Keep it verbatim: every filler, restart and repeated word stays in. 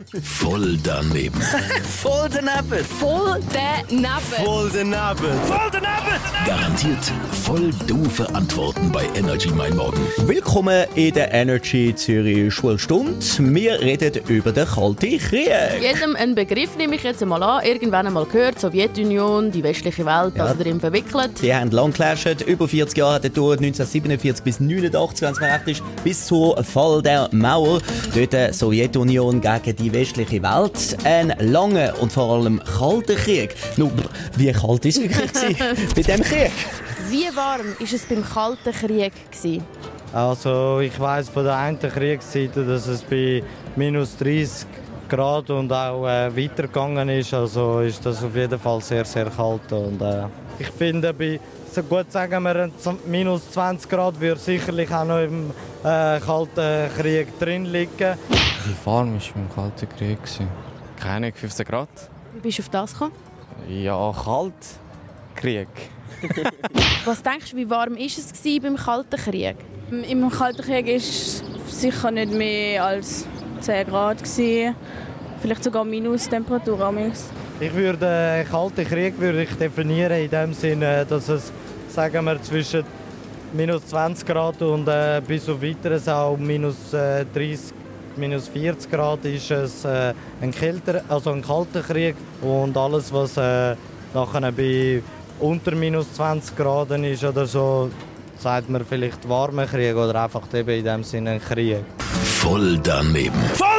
Voll daneben. Voll daneben. Voll daneben. Voll daneben. Voll daneben. Garantiert voll doofe Antworten bei Energy Mein Morgen. Willkommen in der Energy Zürich Schulstunde. Wir reden über den Kalten Krieg. Jedem einen Begriff nehme ich jetzt einmal an. Irgendwann einmal gehört, Sowjetunion, die westliche Welt, Ja. also darin verwickelt. Die haben lang geclasht. Über vierzig Jahre hat es gedauert, neunzehnhundertsiebenundvierzig bis neunundachtzig, wenn es mir recht ist, bis zum Fall der Mauer. Dort die Sowjetunion gegen die westliche Welt. Ein langer und vor allem kalter Krieg. Nun, wie kalt war es wirklich bei diesem Krieg? Wie warm war es beim Kalten Krieg gewesen? Also ich weiss von der einen Kriegsseite, dass es bei minus dreißig Grad und auch äh, weitergegangen ist. Also ist das auf jeden Fall sehr, sehr kalt. Und, äh, ich finde, bei so gut sagen wir minus zwanzig Grad würde sicherlich auch noch im äh, Kalten Krieg drin liegen. Wie warm war beim Kalten Krieg? Keine Ahnung, fünfzehn Grad. Wie bist du auf das gekommen? Ja, kalt. Krieg. Was denkst du, wie warm war es gewesen beim Kalten Krieg? Im Kalten Krieg war es sicher nicht mehr als zehn Grad gewesen. Vielleicht sogar Minustemperatur. Ich würde den Kalten Krieg würde ich definieren in dem Sinne, dass es, sagen wir, zwischen minus zwanzig Grad und äh, bis auf weiteres auch minus äh, dreißig, minus vierzig Grad ist es äh, ein kälter, also ein kalter Krieg. Und alles, was äh, nachher bei unter minus zwanzig Grad ist oder so, sagt man vielleicht warmer Krieg oder einfach eben in dem Sinne ein Krieg. Voll daneben. Voll